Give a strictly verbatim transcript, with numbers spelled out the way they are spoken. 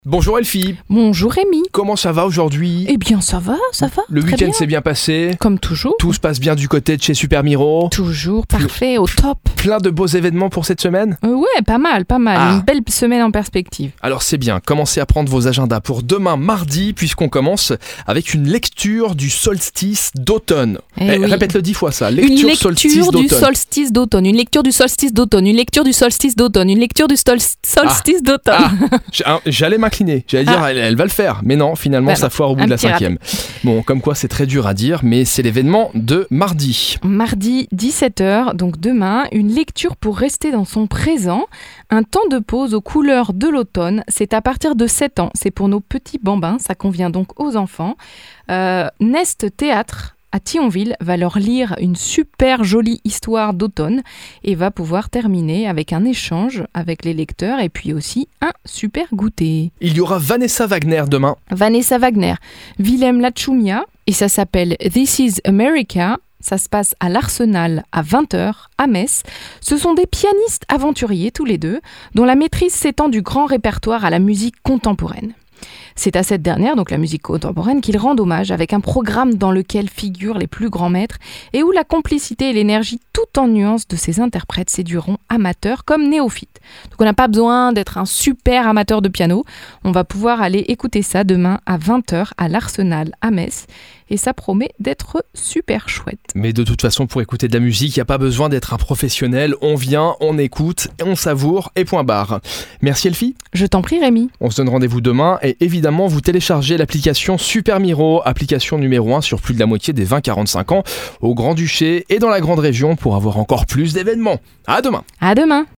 Bonjour Elfie. Bonjour Rémi. Comment ça va aujourd'hui ? Eh bien ça va, ça va. Le très week-end bien. s'est bien passé ? Comme toujours. Tout se passe bien du côté de chez Super Miro ? Toujours parfait, au top. Plein de beaux événements pour cette semaine ? Euh, ouais, pas mal, pas mal. Ah. Une belle semaine en perspective. Alors c'est bien, commencez à prendre vos agendas pour demain mardi, puisqu'on commence avec une lecture du solstice d'automne. Eh Eh, oui. Répète-le dix fois ça, Une lecture, lecture solstice du d'automne. solstice d'automne, une lecture du solstice d'automne, une lecture du solstice d'automne, une lecture du sol- solstice d'automne. Ah, j'- hein, j'allais m'incliner, j'allais dire Ah. elle, elle va le faire, mais non, finalement Bah ça non, foire au bout un de la petit raté. cinquième. Bon, comme quoi c'est très dur à dire, mais c'est l'événement de mardi. Mardi dix-sept heures, donc demain, une lecture pour rester dans son présent. Un temps de pause aux couleurs de l'automne, c'est à partir de sept ans. C'est pour nos petits bambins, ça convient donc aux enfants. Euh, Nest Théâtre à Thionville va leur lire une super jolie histoire d'automne et va pouvoir terminer avec un échange avec les lecteurs et puis aussi un super goûter. Il y aura Vanessa Wagner demain. Vanessa Wagner, Willem Lachumia, et ça s'appelle This is America. Ça se passe à l'Arsenal à vingt heures à Metz. Ce sont des pianistes aventuriers tous les deux, dont la maîtrise s'étend du grand répertoire à la musique contemporaine. C'est à cette dernière, donc la musique contemporaine, qu'ils rendent hommage avec un programme dans lequel figurent les plus grands maîtres et où la complicité et l'énergie tout en nuances de ces interprètes séduiront amateurs comme néophytes. Donc on n'a pas besoin d'être un super amateur de piano, on va pouvoir aller écouter ça demain à vingt heures à l'Arsenal à Metz et ça promet d'être super chouette. Mais de toute façon, pour écouter de la musique, il n'y a pas besoin d'être un professionnel. On vient, on écoute, on savoure et point barre. Merci Elfie. Je t'en prie Rémi. On se donne rendez-vous demain et évidemment, vous téléchargez l'application Super Miro, application numéro un sur plus de la moitié des vingt à quarante-cinq ans au Grand-Duché et dans la Grande Région pour avoir encore plus d'événements. À demain. À demain.